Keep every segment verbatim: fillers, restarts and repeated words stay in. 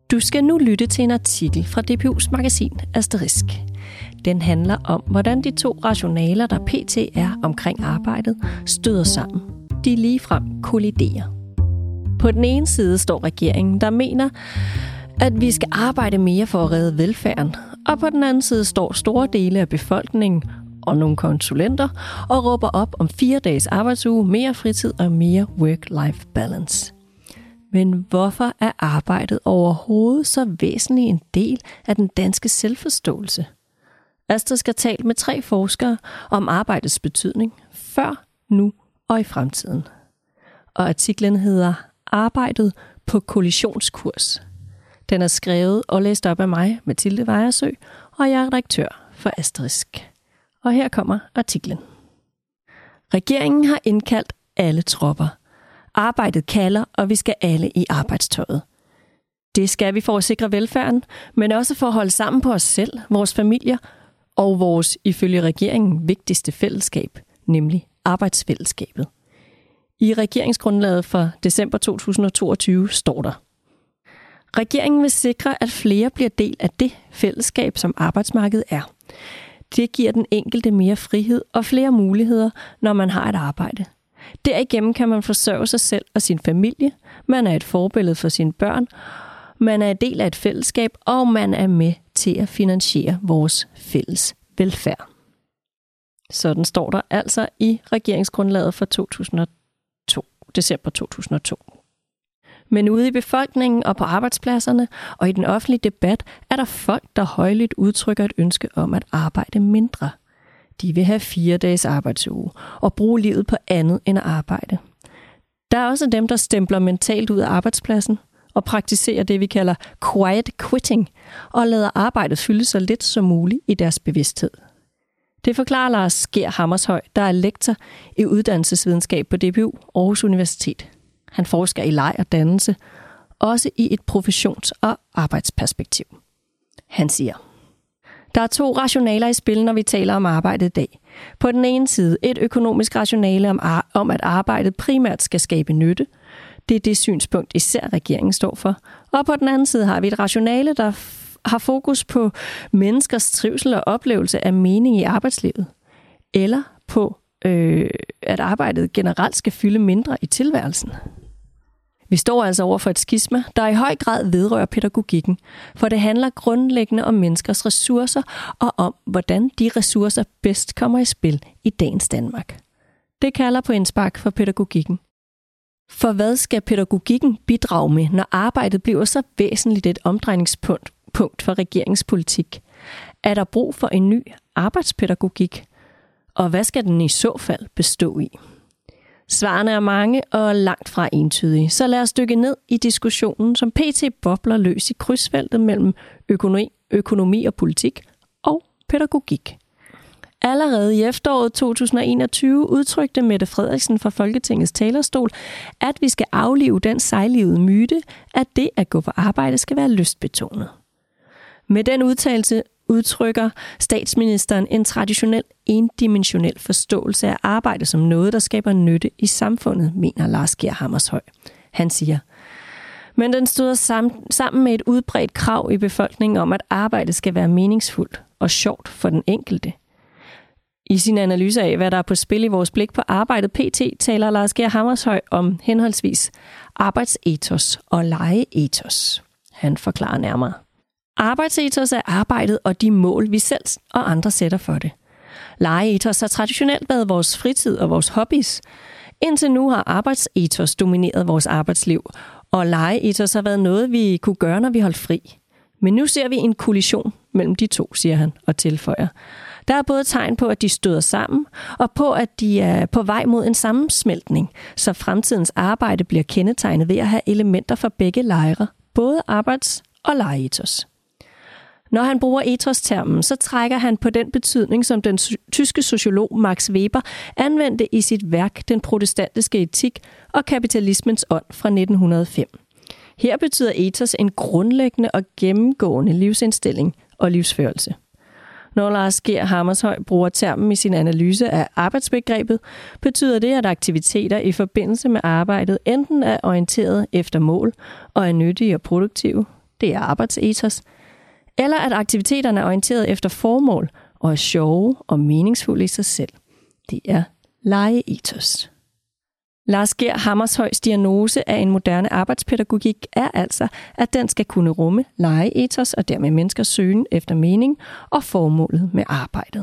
Du skal nu lytte til en artikel fra D P U's magasin Asterisk. Den handler om, hvordan de to rationaler, der pt. Er omkring arbejdet, støder sammen. De ligefrem kolliderer. På den ene side står regeringen, der mener, at vi skal arbejde mere for at redde velfærden. Og på den anden side står store dele af befolkningen og nogle konsulenter og råber op om fire dages arbejdsuge, mere fritid og mere work-life balance. Men hvorfor er arbejdet overhovedet så væsentlig en del af den danske selvforståelse? Astrid skal tale med tre forskere om arbejdets betydning før, nu og i fremtiden. Og artiklen hedder Arbejdet på kollisionskurs. Den er skrevet og læst op af mig, Mathilde Vejersø, og jeg er redaktør for Asterisk. Og her kommer artiklen. Regeringen har indkaldt alle tropper. Arbejdet kalder, og vi skal alle i arbejdstøjet. Det skal vi for at sikre velfærden, men også for at holde sammen på os selv, vores familier og vores, ifølge regeringen, vigtigste fællesskab, nemlig arbejdsfællesskabet. I regeringsgrundlaget for december to tusind og toogtyve står der: Regeringen vil sikre, at flere bliver del af det fællesskab, som arbejdsmarkedet er. Det giver den enkelte mere frihed og flere muligheder, når man har et arbejde. Derigennem kan man forsørge sig selv og sin familie, man er et forbillede for sine børn, man er en del af et fællesskab, og man er med til at finansiere vores fælles velfærd. Sådan står der altså i regeringsgrundlaget for to tusind og to, december to tusind og to. Men ude i befolkningen og på arbejdspladserne og i den offentlige debat er der folk, der højlydt udtrykker et ønske om at arbejde mindre. De vil have fire dages arbejdsuge og bruge livet på andet end at arbejde. Der er også dem, der stempler mentalt ud af arbejdspladsen og praktiserer det, vi kalder quiet quitting, og lader arbejdet fylde så lidt som muligt i deres bevidsthed. Det forklarer Lars Skær Hammershøj, der er lektor i uddannelsesvidenskab på D P U Aarhus Universitet. Han forsker i leg og dannelse, også i et professions- og arbejdsperspektiv. Han siger: Der er to rationaler i spil, når vi taler om arbejdet i dag. På den ene side et økonomisk rationale om, ar- om at arbejdet primært skal skabe nytte. Det er det synspunkt, især regeringen står for. Og på den anden side har vi et rationale, der f- har fokus på menneskers trivsel og oplevelse af mening i arbejdslivet. Eller på, øh, at arbejdet generelt skal fylde mindre i tilværelsen. Vi står altså over for et skisma, der i høj grad vedrører pædagogikken, for det handler grundlæggende om menneskers ressourcer og om, hvordan de ressourcer bedst kommer i spil i dagens Danmark. Det kalder på indspark for pædagogikken. For hvad skal pædagogikken bidrage med, når arbejdet bliver så væsentligt et omdrejningspunkt punkt for regeringspolitik? Er der brug for en ny arbejdspædagogik? Og hvad skal den i så fald bestå i? Svarene er mange og langt fra entydige, så lad os dykke ned i diskussionen, som pt. Bobler løs i krydsfeltet mellem økonomi, økonomi og politik og pædagogik. Allerede i efteråret to tusind og enogtyve udtrykte Mette Frederiksen fra Folketingets talerstol, at vi skal aflive den sejlivede myte, at det at gå på arbejde skal være lystbetonet. Med den udtalelse udtrykker statsministeren en traditionel endimensionel forståelse af arbejde som noget, der skaber nytte i samfundet, mener Lars Skær Hammershøj. Han siger: Men den støder sammen med et udbredt krav i befolkningen om, at arbejdet skal være meningsfuldt og sjovt for den enkelte. I sin analyse af, hvad der er på spil i vores blik på arbejdet pt., taler Lars Skær Hammershøj om henholdsvis arbejdsetos og legeetos. Han forklarer nærmere. Arbejdsetos er arbejdet og de mål, vi selv og andre sætter for det. Legeetos har traditionelt været vores fritid og vores hobbies. Indtil nu har arbejdsetos domineret vores arbejdsliv, og legeetos har været noget, vi kunne gøre, når vi holdt fri. Men nu ser vi en kollision mellem de to, siger han og tilføjer. Der er både tegn på, at de støder sammen, og på, at de er på vej mod en sammensmeltning, så fremtidens arbejde bliver kendetegnet ved at have elementer fra begge lejre, både arbejds- og legeetos. Når han bruger ethos-termen, så trækker han på den betydning, som den tyske sociolog Max Weber anvendte i sit værk Den protestantiske etik og kapitalismens ånd fra nitten hundrede og fem. Her betyder ethos en grundlæggende og gennemgående livsindstilling og livsførelse. Når Lars Skær Hammershøj bruger termen i sin analyse af arbejdsbegrebet, betyder det, at aktiviteter i forbindelse med arbejdet enten er orienteret efter mål og er nyttige og produktive, det er arbejdsetos, eller at aktiviteterne er orienteret efter formål og er sjove og meningsfulde i sig selv, det er legeetos. Lars Gehr Hammershøis diagnose af en moderne arbejdspædagogik er altså, at den skal kunne rumme legeetos og dermed menneskers søgen efter mening og formålet med arbejdet.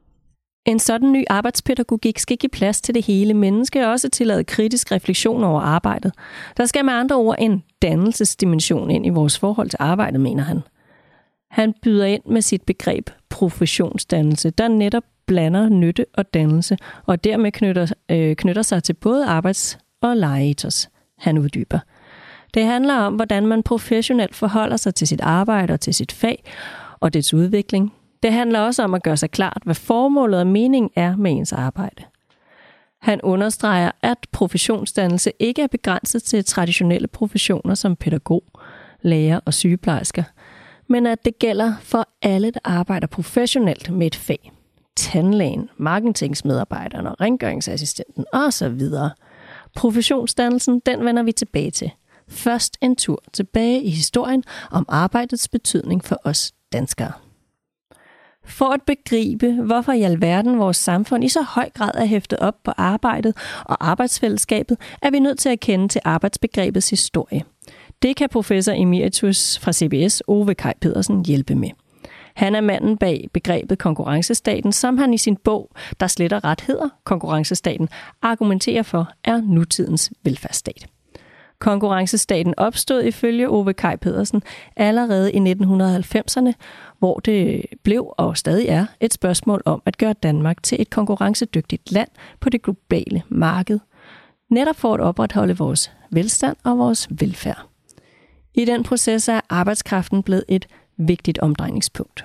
En sådan ny arbejdspædagogik skal give plads til det hele menneske og også tillade kritisk refleksion over arbejdet. Der skal med andre ord en dannelsesdimension ind i vores forhold til arbejdet, mener han. Han byder ind med sit begreb professionsdannelse, der netop blander nytte og dannelse, og dermed knytter, øh, knytter sig til både arbejds- og legeetos, han uddyber. Det handler om, hvordan man professionelt forholder sig til sit arbejde og til sit fag og dets udvikling. Det handler også om at gøre sig klart, hvad formålet og meningen er med ens arbejde. Han understreger, at professionsdannelse ikke er begrænset til traditionelle professioner som pædagog, lærer og sygeplejersker, men at det gælder for alle, der arbejder professionelt med et fag. Tandlægen, marketingsmedarbejderen og rengøringsassistenten osv. Professionsdannelsen, den vender vi tilbage til. Først en tur tilbage i historien om arbejdets betydning for os danskere. For at begribe, hvorfor i alverden vores samfund i så høj grad er hæftet op på arbejdet og arbejdsfællesskabet, er vi nødt til at kende til arbejdsbegrebets historie. Det kan professor emeritus fra C B S, Ove Kaj Pedersen, hjælpe med. Han er manden bag begrebet konkurrencestaten, som han i sin bog, der slet og ret hedder Konkurrencestaten, argumenterer for er nutidens velfærdsstat. Konkurrencestaten opstod ifølge Ove Kaj Pedersen allerede i nitten halvfemserne, hvor det blev og stadig er et spørgsmål om at gøre Danmark til et konkurrencedygtigt land på det globale marked, netop for at opretholde vores velstand og vores velfærd. I den proces er arbejdskraften blevet et vigtigt omdrejningspunkt.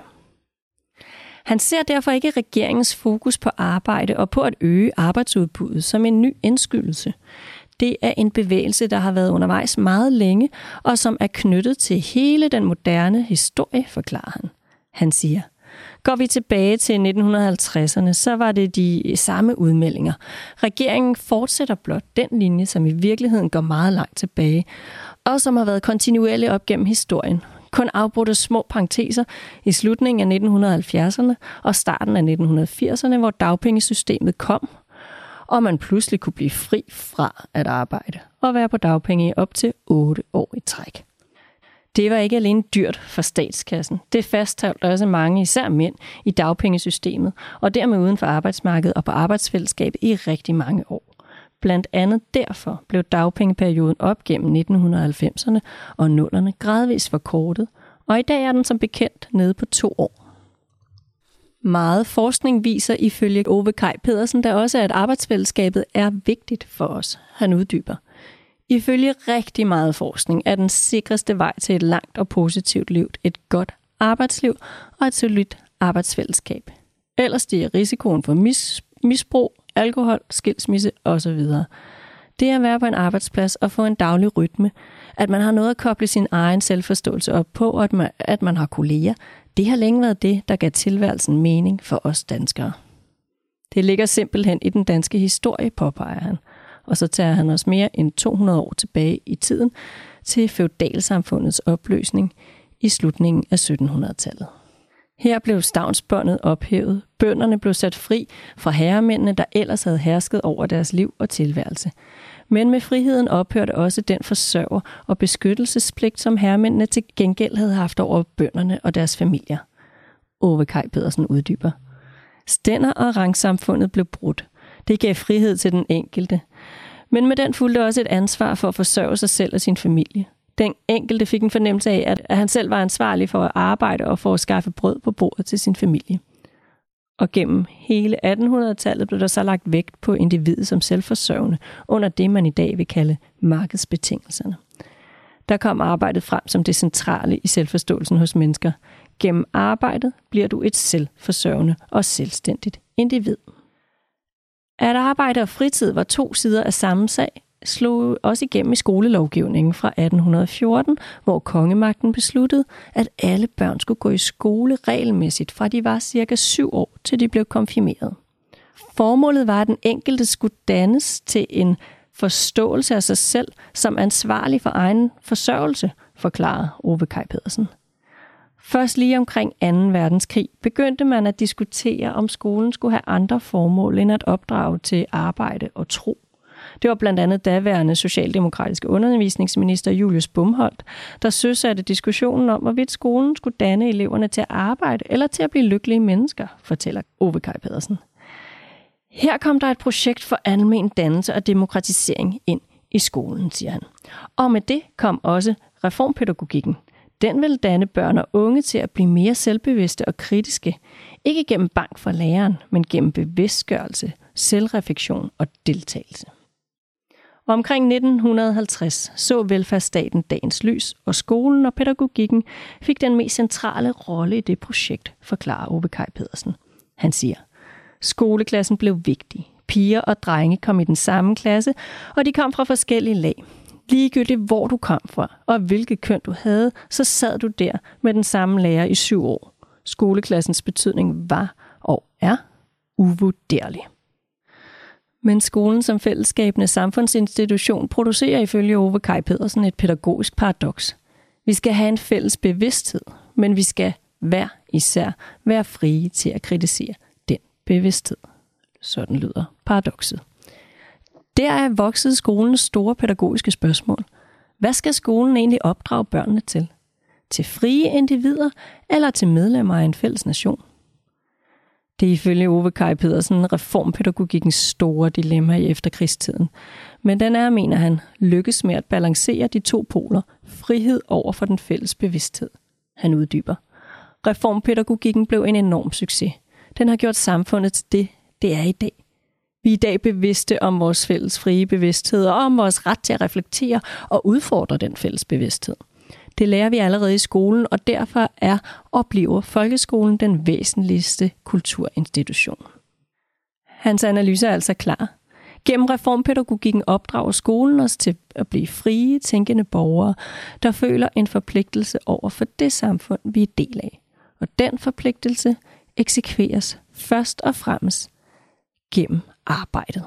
Han ser derfor ikke regeringens fokus på arbejde og på at øge arbejdsudbuddet som en ny indskydelse. Det er en bevægelse, der har været undervejs meget længe, og som er knyttet til hele den moderne historie, forklarer han. Han siger, går vi tilbage til nitten halvtredserne, så var det de samme udmeldinger. Regeringen fortsætter blot den linje, som i virkeligheden går meget langt tilbage, og som har været kontinuerlig op gennem historien. Kun afbrudte små parenteser i slutningen af nitten halvfjerdserne og starten af nitten firserne, hvor dagpengesystemet kom, og man pludselig kunne blive fri fra at arbejde og være på dagpenge i op til otte år i træk. Det var ikke alene dyrt for statskassen. Det fastholdt også mange, især mænd, i dagpengesystemet og dermed uden for arbejdsmarkedet og på arbejdsfællesskabet i rigtig mange år. Blandt andet derfor blev dagpengeperioden op gennem nitten halvfemserne og nullerne gradvist forkortet, og i dag er den som bekendt nede på to år. Meget forskning viser ifølge Ove Kaj Pedersen, der også at arbejdsfællesskabet er vigtigt for os. Han uddyber. Ifølge rigtig meget forskning er den sikreste vej til et langt og positivt liv et godt arbejdsliv og et solidt arbejdsfællesskab. Ellers stiger risikoen for mis- misbrug, alkohol, skilsmisse osv. Det at være på en arbejdsplads og få en daglig rytme, at man har noget at koble sin egen selvforståelse op på, og at man, at man har kolleger, det har længe været det, der gav tilværelsen mening for os danskere. Det ligger simpelthen i den danske historie, påpeger han. Og så tager han os mere end to hundrede år tilbage i tiden til feudalsamfundets opløsning i slutningen af sytten hundrede-tallet. Her blev stavnsbåndet ophævet, bønderne blev sat fri fra herremændene, der ellers havde hersket over deres liv og tilværelse. Men med friheden ophørte også den forsørger- og beskyttelsespligt, som herremændene til gengæld havde haft over bønderne og deres familier. Ove Kaj Pedersen uddyber. Stænder- og rangsamfundet blev brudt. Det gav frihed til den enkelte. Men med den fulgte også et ansvar for at forsørge sig selv og sin familie. Den enkelte fik en fornemmelse af, at han selv var ansvarlig for at arbejde og for at skaffe brød på bordet til sin familie. Og gennem hele attenhundredetallet blev der så lagt vægt på individet som selvforsørgende under det, man i dag vil kalde markedsbetingelserne. Der kom arbejdet frem som det centrale i selvforståelsen hos mennesker. Gennem arbejdet bliver du et selvforsørgende og selvstændigt individ. At arbejde og fritid var to sider af samme sag, slog også igennem i skolelovgivningen fra atten fjorten, hvor kongemagten besluttede, at alle børn skulle gå i skole regelmæssigt fra de var cirka syv år, til de blev konfirmeret. Formålet var, at den enkelte skulle dannes til en forståelse af sig selv som ansvarlig for egen forsørgelse, forklarer Ove Kaj Pedersen. Først lige omkring anden verdenskrig begyndte man at diskutere, om skolen skulle have andre formål end at opdrage til arbejde og tro. Det var blandt andet daværende socialdemokratiske undervisningsminister Julius Bomholt, der søsatte diskussionen om, hvorvidt skolen skulle danne eleverne til at arbejde eller til at blive lykkelige mennesker, fortæller Ove Kaj Pedersen. Her kom der et projekt for almen dannelse og demokratisering ind i skolen, siger han. Og med det kom også reformpædagogikken. Den vil danne børn og unge til at blive mere selvbevidste og kritiske. Ikke gennem bank for læreren, men gennem bevidstgørelse, selvreflektion og deltagelse. Og omkring nitten halvtreds så velfærdsstaten dagens lys, og skolen og pædagogikken fik den mest centrale rolle i det projekt, forklarer Ove Kaj Pedersen. Han siger, skoleklassen blev vigtig. Piger og drenge kom i den samme klasse, og de kom fra forskellige lag. Ligegyldigt hvor du kom fra, og hvilket køn du havde, så sad du der med den samme lærer i syv år. Skoleklassens betydning var og er uvurderlig. Men skolen som fællesskabende samfundsinstitution producerer ifølge Ove Kaj Pedersen et pædagogisk paradoks. Vi skal have en fælles bevidsthed, men vi skal hver især være frie til at kritisere den bevidsthed. Sådan lyder paradokset. Der er vokset skolens store pædagogiske spørgsmål. Hvad skal skolen egentlig opdrage børnene til? Til frie individer eller til medlemmer af en fælles nation? Det er ifølge Ove Kaj Pedersen reformpædagogikkens store dilemma i efterkrigstiden. Men den er, mener han, lykkes med at balancere de to poler, frihed over for den fælles bevidsthed. Han uddyber. Reformpædagogikken blev en enorm succes. Den har gjort samfundet til det, det er i dag. Vi er i dag bevidste om vores fælles frie bevidsthed og om vores ret til at reflektere og udfordre den fælles bevidsthed. Det lærer vi allerede i skolen, og derfor er og bliver folkeskolen den væsentligste kulturinstitution. Hans analyse er altså klar. Gennem reformpædagogikken opdrager skolen os til at blive frie, tænkende borgere, der føler en forpligtelse over for det samfund, vi er del af. Og den forpligtelse eksekveres først og fremmest gennem arbejdet.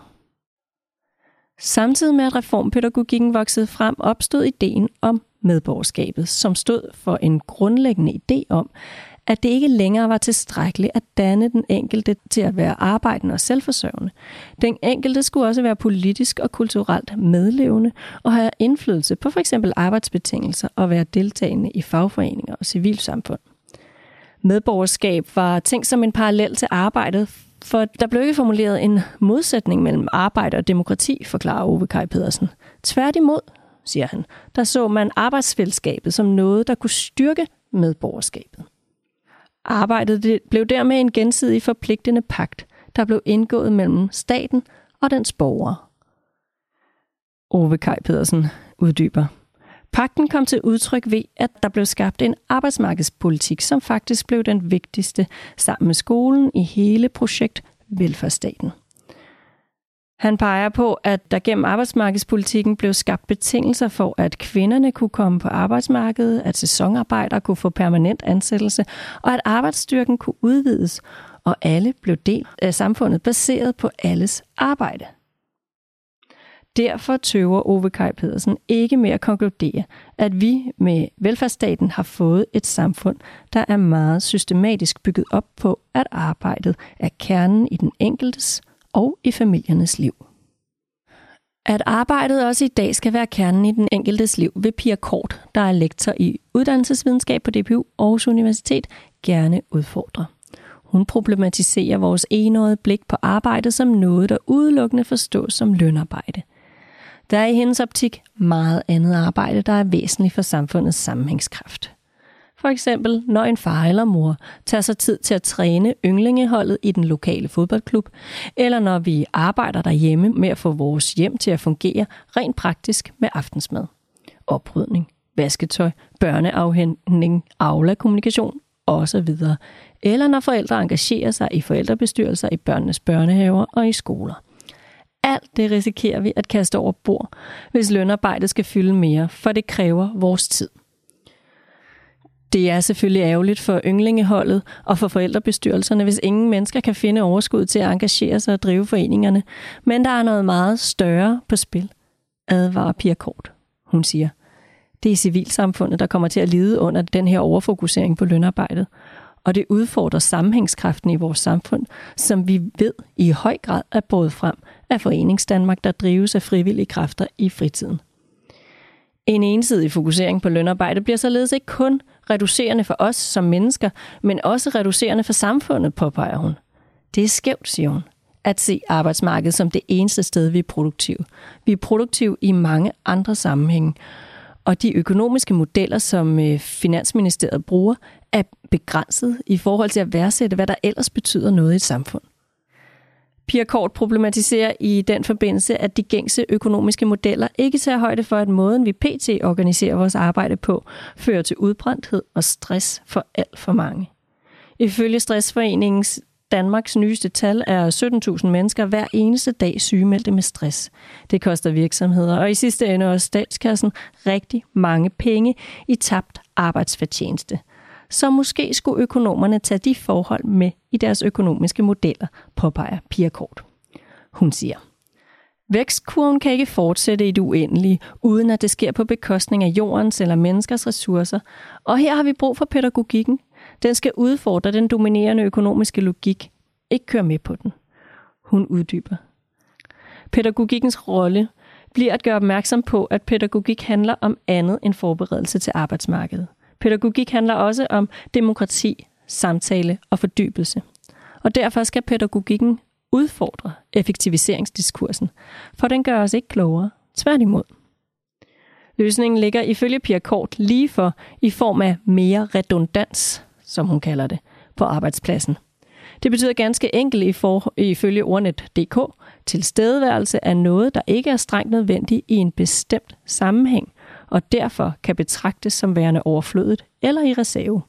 Samtidig med at reformpædagogikken voksede frem, opstod ideen om medborgerskabet, som stod for en grundlæggende idé om, at det ikke længere var tilstrækkeligt at danne den enkelte til at være arbejdende og selvforsørgende. Den enkelte skulle også være politisk og kulturelt medlevende og have indflydelse på f.eks. arbejdsbetingelser og være deltagende i fagforeninger og civilsamfund. Medborgerskab var tænkt som en parallel til arbejdet, for der blev ikke formuleret en modsætning mellem arbejde og demokrati, forklarer Ove Kaj Pedersen. Tværtimod, siger han, der så man arbejdsfællesskabet som noget, der kunne styrke medborgerskabet. Arbejdet det blev dermed en gensidig forpligtende pagt, der blev indgået mellem staten og dens borgere. Ove Kaj Pedersen uddyber. Pagten kom til udtryk ved, at der blev skabt en arbejdsmarkedspolitik, som faktisk blev den vigtigste sammen med skolen i hele projekt Velfærdsstaten. Han peger på, at der gennem arbejdsmarkedspolitikken blev skabt betingelser for, at kvinderne kunne komme på arbejdsmarkedet, at sæsonarbejdere kunne få permanent ansættelse, og at arbejdsstyrken kunne udvides, og alle blev del af samfundet baseret på alles arbejde. Derfor tøver Ove Kaj Pedersen ikke med at konkludere, at vi med velfærdsstaten har fået et samfund, der er meget systematisk bygget op på, at arbejdet er kernen i den enkeltes og i familiernes liv. At arbejdet også i dag skal være kernen i den enkeltes liv, vil Pia Kort, der er lektor i uddannelsesvidenskab på D P U Aarhus Universitet, gerne udfordre. Hun problematiserer vores enøjede blik på arbejdet som noget, der udelukkende forstås som lønarbejde. Der er i hendes optik meget andet arbejde, der er væsentligt for samfundets sammenhængskraft. For eksempel, når en far eller mor tager sig tid til at træne ynglingeholdet i den lokale fodboldklub, eller når vi arbejder derhjemme med at få vores hjem til at fungere rent praktisk med aftensmad, oprydning, vasketøj, børneafhentning, aula-kommunikation osv. Eller når forældre engagerer sig i forældrebestyrelser i børnenes børnehaver og i skoler. Alt det risikerer vi at kaste over bord, hvis lønarbejdet skal fylde mere, for det kræver vores tid. Det er selvfølgelig ærgerligt for ynglingeholdet og for forældrebestyrelserne, hvis ingen mennesker kan finde overskud til at engagere sig og drive foreningerne. Men der er noget meget større på spil, advarer Pia Kort. Hun siger, det er civilsamfundet, der kommer til at lide under den her overfokusering på lønarbejdet, og det udfordrer sammenhængskraften i vores samfund, som vi ved i høj grad er båret frem af Foreningsdanmark, der drives af frivillige kræfter i fritiden. En ensidig fokusering på lønarbejde bliver således ikke kun reducerende for os som mennesker, men også reducerende for samfundet, påpeger hun. Det er skævt, siger hun, at se arbejdsmarkedet som det eneste sted, vi er produktive. Vi er produktive i mange andre sammenhænge, og de økonomiske modeller, som Finansministeriet bruger, er begrænset i forhold til at værdsætte, hvad der ellers betyder noget i et samfund. Pia Kort problematiserer i den forbindelse, at de gængse økonomiske modeller ikke tager højde for, at måden vi pt. Organiserer vores arbejde på, fører til udbrændthed og stress for alt for mange. Ifølge Stressforeningens Danmarks nyeste tal er sytten tusind mennesker hver eneste dag sygemeldte med stress. Det koster virksomheder, og i sidste ende også statskassen, rigtig mange penge i tabt arbejdsfortjeneste. Så måske skulle økonomerne tage de forhold med i deres økonomiske modeller, påpeger Pia Kort. Hun siger, vækstkurven kan ikke fortsætte i det uendelige, uden at det sker på bekostning af jordens eller menneskers ressourcer, og her har vi brug for pædagogikken. Den skal udfordre den dominerende økonomiske logik, ikke køre med på den. Hun uddyber. Pædagogikkens rolle bliver at gøre opmærksom på, at pædagogik handler om andet end forberedelse til arbejdsmarkedet. Pædagogik handler også om demokrati, samtale og fordybelse. Og derfor skal pædagogikken udfordre effektiviseringsdiskursen, for den gør os ikke klogere, tværtimod. Løsningen ligger ifølge Pia Kort lige for i form af mere redundans, som hun kalder det, på arbejdspladsen. Det betyder ganske enkelt i for, ifølge ordnet punktum d k tilstedeværelse af noget, der ikke er strengt nødvendigt i en bestemt sammenhæng, og derfor kan betragtes som værende overflødet eller i reserve.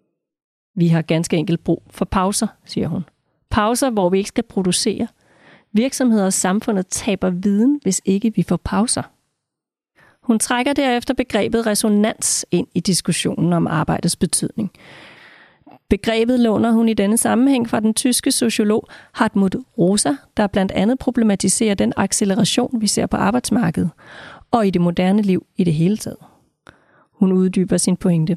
Vi har ganske enkelt brug for pauser, siger hun. Pauser, hvor vi ikke skal producere. Virksomheder og samfundet taber viden, hvis ikke vi får pauser. Hun trækker derefter begrebet resonans ind i diskussionen om arbejdets betydning. Begrebet låner hun i denne sammenhæng fra den tyske sociolog Hartmut Rosa, der blandt andet problematiserer den acceleration, vi ser på arbejdsmarkedet og i det moderne liv i det hele taget. Hun uddyber sin pointe.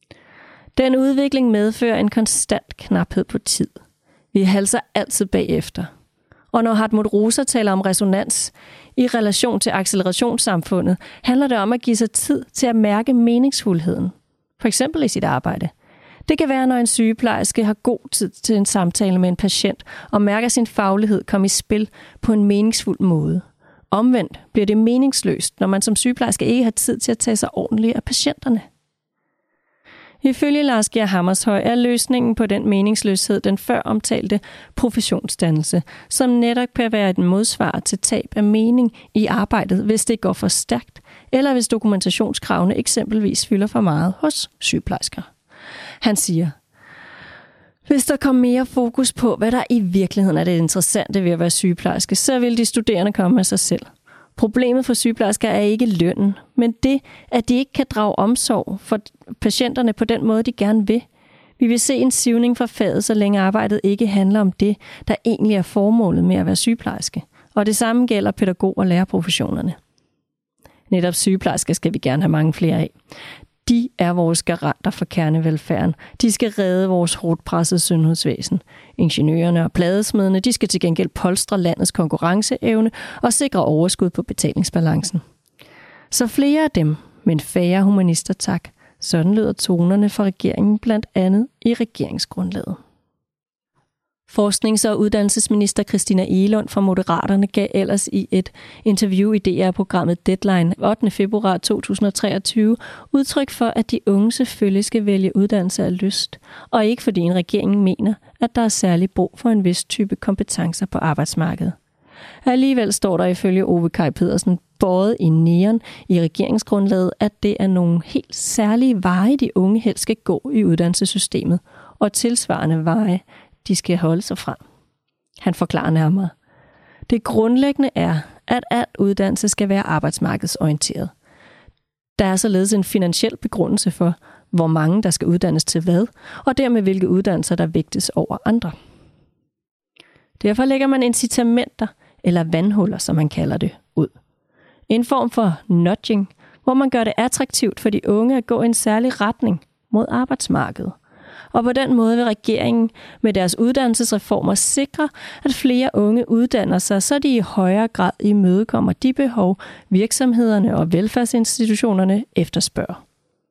Den udvikling medfører en konstant knaphed på tid. Vi halser altid bagefter. Og når Hartmut Rosa taler om resonans i relation til accelerationssamfundet, handler det om at give sig tid til at mærke meningsfuldheden. For eksempel i sit arbejde. Det kan være, når en sygeplejerske har god tid til en samtale med en patient og mærker sin faglighed komme i spil på en meningsfuld måde. Omvendt bliver det meningsløst, når man som sygeplejerske ikke har tid til at tage sig ordentligt af patienterne. Ifølge Lars Geir Hammershøi er løsningen på den meningsløshed den før omtalte professionsdannelse, som netop kan være et modsvar til tab af mening i arbejdet, hvis det går for stærkt, eller hvis dokumentationskravene eksempelvis fylder for meget hos sygeplejersker. Han siger, hvis der kom mere fokus på, hvad der i virkeligheden er det interessante ved at være sygeplejerske, så vil de studerende komme af sig selv. Problemet for sygeplejersker er ikke lønnen, men det, at de ikke kan drage omsorg for patienterne på den måde, de gerne vil. Vi vil se en sivning fra faget, så længe arbejdet ikke handler om det, der egentlig er formålet med at være sygeplejerske. Og det samme gælder pædagog- og lærerprofessionerne. Netop sygeplejersker skal vi gerne have mange flere af. De er vores garanter for kernevelfærden. De skal redde vores hårdt pressede sundhedsvæsen. Ingeniørerne og pladesmedene, de skal til gengæld polstre landets konkurrenceevne og sikre overskud på betalingsbalancen. Så flere af dem, men færre humanister, tak. Sådan lyder tonerne fra regeringen blandt andet i regeringsgrundlaget. Forsknings- og uddannelsesminister Christina Egelund fra Moderaterne gav ellers i et interview i D R-programmet Deadline ottende februar to tusind og treogtyve udtryk for, at de unge selvfølgelig skal vælge uddannelse af lyst, og ikke fordi en regering mener, at der er særlig brug for en vis type kompetencer på arbejdsmarkedet. Alligevel står der ifølge Ove Kaj Pedersen båret i neon i regeringsgrundlaget, at det er nogle helt særlige veje, de unge helst skal gå i uddannelsessystemet, og tilsvarende veje, de skal holde sig frem. Han forklarer nærmere. Det grundlæggende er, at alt uddannelse skal være arbejdsmarkedsorienteret. Der er således en finansiel begrundelse for, hvor mange der skal uddannes til hvad, og dermed hvilke uddannelser der vægtes over andre. Derfor lægger man incitamenter, eller vandhuller, som man kalder det, ud. En form for nudging, hvor man gør det attraktivt for de unge at gå i en særlig retning mod arbejdsmarkedet. Og på den måde vil regeringen med deres uddannelsesreformer sikre, at flere unge uddanner sig, så de i højere grad imødekommer de behov, virksomhederne og velfærdsinstitutionerne efterspørger.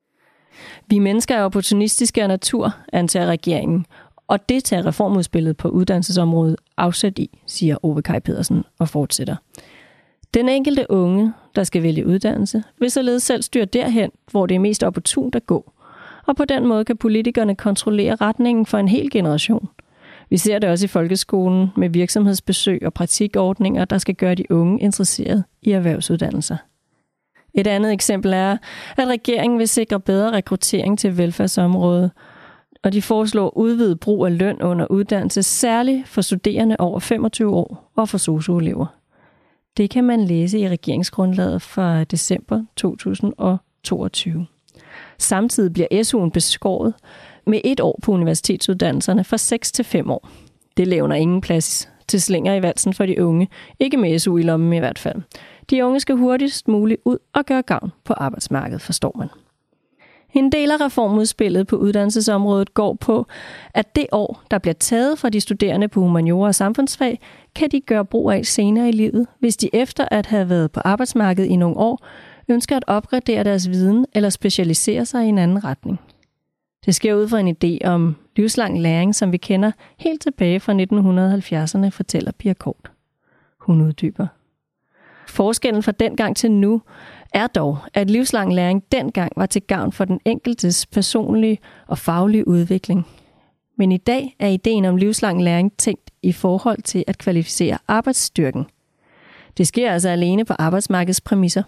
Vi mennesker er opportunistiske af natur, antager regeringen, og det tager reformudspillet på uddannelsesområdet afsæt i, siger Ove Kaj Pedersen og fortsætter. Den enkelte unge, der skal vælge uddannelse, vil således selv styre derhen, hvor det er mest opportunt at gå. Og på den måde kan politikerne kontrollere retningen for en hel generation. Vi ser det også i folkeskolen med virksomhedsbesøg og praktikordninger, der skal gøre de unge interesserede i erhvervsuddannelser. Et andet eksempel er, at regeringen vil sikre bedre rekruttering til velfærdsområdet, og de foreslår udvidet brug af løn under uddannelse, særligt for studerende over femogtyve år og for sosu-elever. Det kan man læse i regeringsgrundlaget fra december to tusind og toogtyve. Samtidig bliver S U'en beskåret med et år på universitetsuddannelserne fra seks til fem år. Det levner ingen plads til slinger i valsen for de unge, ikke med S U i lommen i hvert fald. De unge skal hurtigst muligt ud og gøre gavn på arbejdsmarkedet, forstår man. En del af reformudspillet på uddannelsesområdet går på, at det år, der bliver taget fra de studerende på humaniora og samfundsfag, kan de gøre brug af senere i livet, hvis de efter at have været på arbejdsmarkedet i nogle år, ønsker at opgradere deres viden eller specialisere sig i en anden retning. Det sker ud fra en idé om livslang læring, som vi kender helt tilbage fra nitten halvfjerdserne, fortæller Pia Kort. Hun uddyber. Forskellen fra dengang til nu er dog, at livslang læring dengang var til gavn for den enkeltes personlige og faglige udvikling. Men i dag er ideen om livslang læring tænkt i forhold til at kvalificere arbejdsstyrken. Det sker altså alene på arbejdsmarkedets præmisser.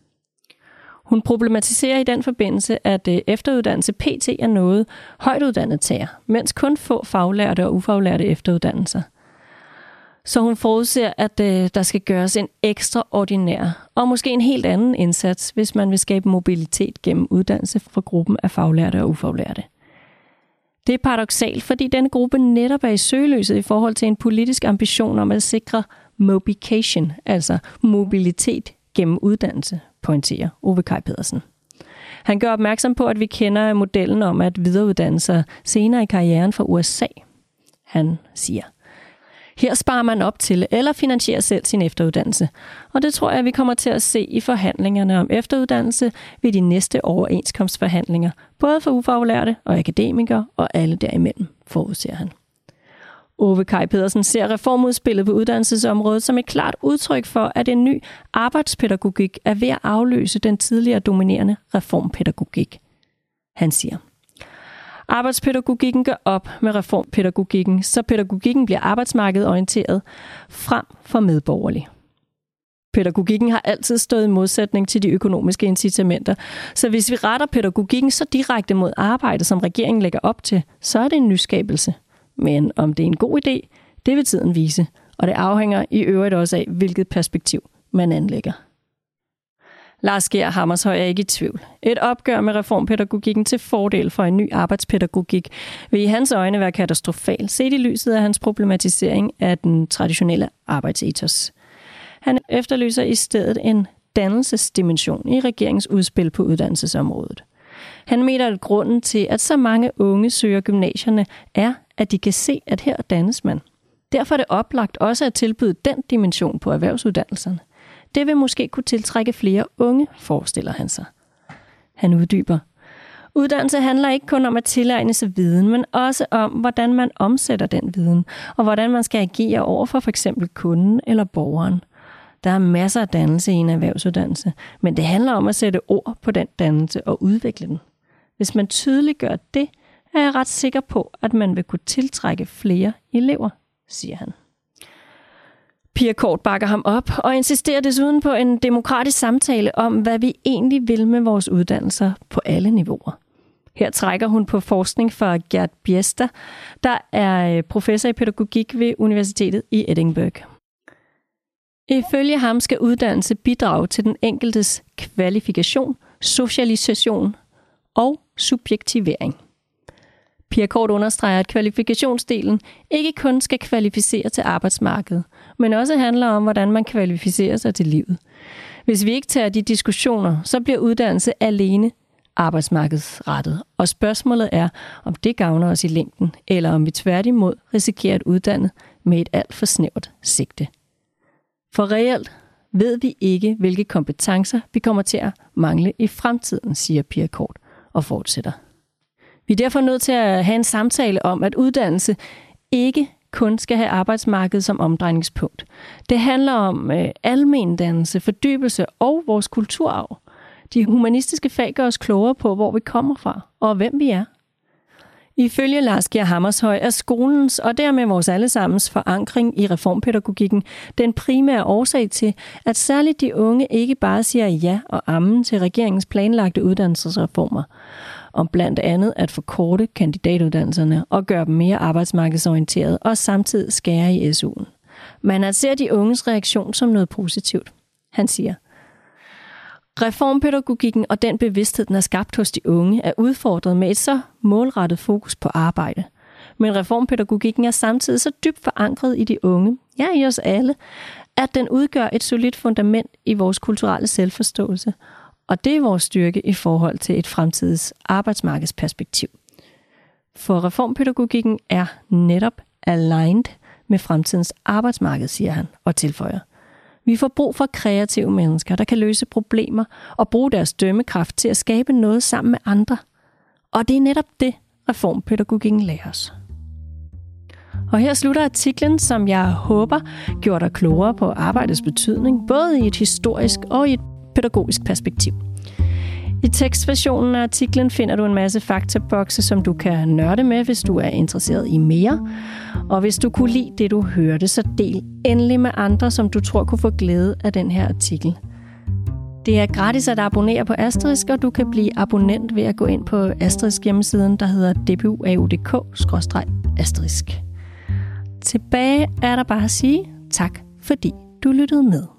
Hun problematiserer i den forbindelse, at efteruddannelse P T er noget højtuddannet tager, mens kun få faglærte og ufaglærte efteruddannelser. Så hun forudser, at øh, der skal gøres en ekstraordinær og måske en helt anden indsats, hvis man vil skabe mobilitet gennem uddannelse for gruppen af faglærte og ufaglærte. Det er paradoksalt, fordi denne gruppe netop er i søgelyset i forhold til en politisk ambition om at sikre mobication, altså mobilitet gennem uddannelse, pointerer Ove Kaj Pedersen. Han gør opmærksom på, at vi kender modellen om at videreuddanne sig senere i karrieren fra U S A. Han siger, her sparer man op til eller finansierer selv sin efteruddannelse, og det tror jeg, vi kommer til at se i forhandlingerne om efteruddannelse ved de næste overenskomstforhandlinger, både for ufaglærte og akademikere og alle derimellem, forudser han. Ove Kaj Pedersen ser reformudspillet på uddannelsesområdet som et klart udtryk for, at en ny arbejdspædagogik er ved at afløse den tidligere dominerende reformpædagogik. Han siger, arbejdspædagogikken gør op med reformpædagogikken, så pædagogikken bliver arbejdsmarkedorienteret frem for medborgerlig. Pædagogikken har altid stået i modsætning til de økonomiske incitamenter, så hvis vi retter pædagogikken så direkte mod arbejde, som regeringen lægger op til, så er det en nyskabelse. Men om det er en god idé, det vil tiden vise, og det afhænger i øvrigt også af, hvilket perspektiv man anlægger. Lars Geer Hammershøi er ikke i tvivl. Et opgør med reformpædagogikken til fordel for en ny arbejdspædagogik vil i hans øjne være katastrofal, set i lyset af hans problematisering af den traditionelle arbejdsetos. Han efterlyser i stedet en dannelsesdimension i regeringens udspil på uddannelsesområdet. Han mener, at grunden til, at så mange unge søger gymnasierne, er, at de kan se, at her dannes man. Derfor er det oplagt også at tilbyde den dimension på erhvervsuddannelserne. Det vil måske kunne tiltrække flere unge, forestiller han sig. Han uddyber. Uddannelse handler ikke kun om at tilegne sig viden, men også om, hvordan man omsætter den viden, og hvordan man skal agere over for f.eks. kunden eller borgeren. Der er masser af dannelse i en erhvervsuddannelse, men det handler om at sætte ord på den dannelse og udvikle den. Hvis man tydeligt gør det, er jeg ret sikker på, at man vil kunne tiltrække flere elever, siger han. Pia Kort bakker ham op og insisterer desuden på en demokratisk samtale om, hvad vi egentlig vil med vores uddannelser på alle niveauer. Her trækker hun på forskning fra Gert Bjester, der er professor i pædagogik ved Universitetet i Edinburgh. Ifølge ham skal uddannelse bidrage til den enkeltes kvalifikation, socialisation og subjektivering. Pia Kort understreger, at kvalifikationsdelen ikke kun skal kvalificere til arbejdsmarkedet, men også handler om, hvordan man kvalificerer sig til livet. Hvis vi ikke tager de diskussioner, så bliver uddannelse alene arbejdsmarkedsrettet. Og spørgsmålet er, om det gavner os i længden, eller om vi tværtimod risikerer at uddanne med et alt for snævert sigte. For reelt ved vi ikke, hvilke kompetencer vi kommer til at mangle i fremtiden, siger Pia Kort og fortsætter. Vi er derfor nødt til at have en samtale om, at uddannelse ikke kun skal have arbejdsmarkedet som omdrejningspunkt. Det handler om øh, almendannelse, fordybelse og vores kulturarv. De humanistiske fag gør os klogere på, hvor vi kommer fra og hvem vi er. Ifølge Lars Geir Hammershøi er skolens og dermed vores allesammens forankring i reformpædagogikken den primære årsag til, at særligt de unge ikke bare siger ja og amen til regeringens planlagte uddannelsesreformer, om blandt andet at forkorte kandidatuddannelserne og gøre dem mere arbejdsmarkedsorienterede og samtidig skære i S U'en. Men at ser de unges reaktion som noget positivt. Han siger, reformpædagogikken og den bevidsthed, den er skabt hos de unge, er udfordret med et så målrettet fokus på arbejde. Men reformpædagogikken er samtidig så dybt forankret i de unge, ja i os alle, at den udgør et solidt fundament i vores kulturelle selvforståelse. Og det er vores styrke i forhold til et fremtidigt arbejdsmarkedsperspektiv. For reformpædagogikken er netop aligned med fremtidens arbejdsmarked, siger han og tilføjer. Vi får brug for kreative mennesker, der kan løse problemer og bruge deres dømmekraft til at skabe noget sammen med andre. Og det er netop det, reformpædagogikken lærer os. Og her slutter artiklen, som jeg håber gjorde dig klogere på arbejdets betydning, både i et historisk og i et pædagogisk perspektiv. I tekstversionen af artiklen finder du en masse faktabokse, som du kan nørde med, hvis du er interesseret i mere. Og hvis du kunne lide det, du hørte, så del endelig med andre, som du tror kunne få glæde af den her artikel. Det er gratis at abonnere på Asterisk, og du kan blive abonnent ved at gå ind på Asterisk hjemmesiden, der hedder d b u a u punktum d k skråstreg asterisk. Tilbage er der bare at sige tak, fordi du lyttede med.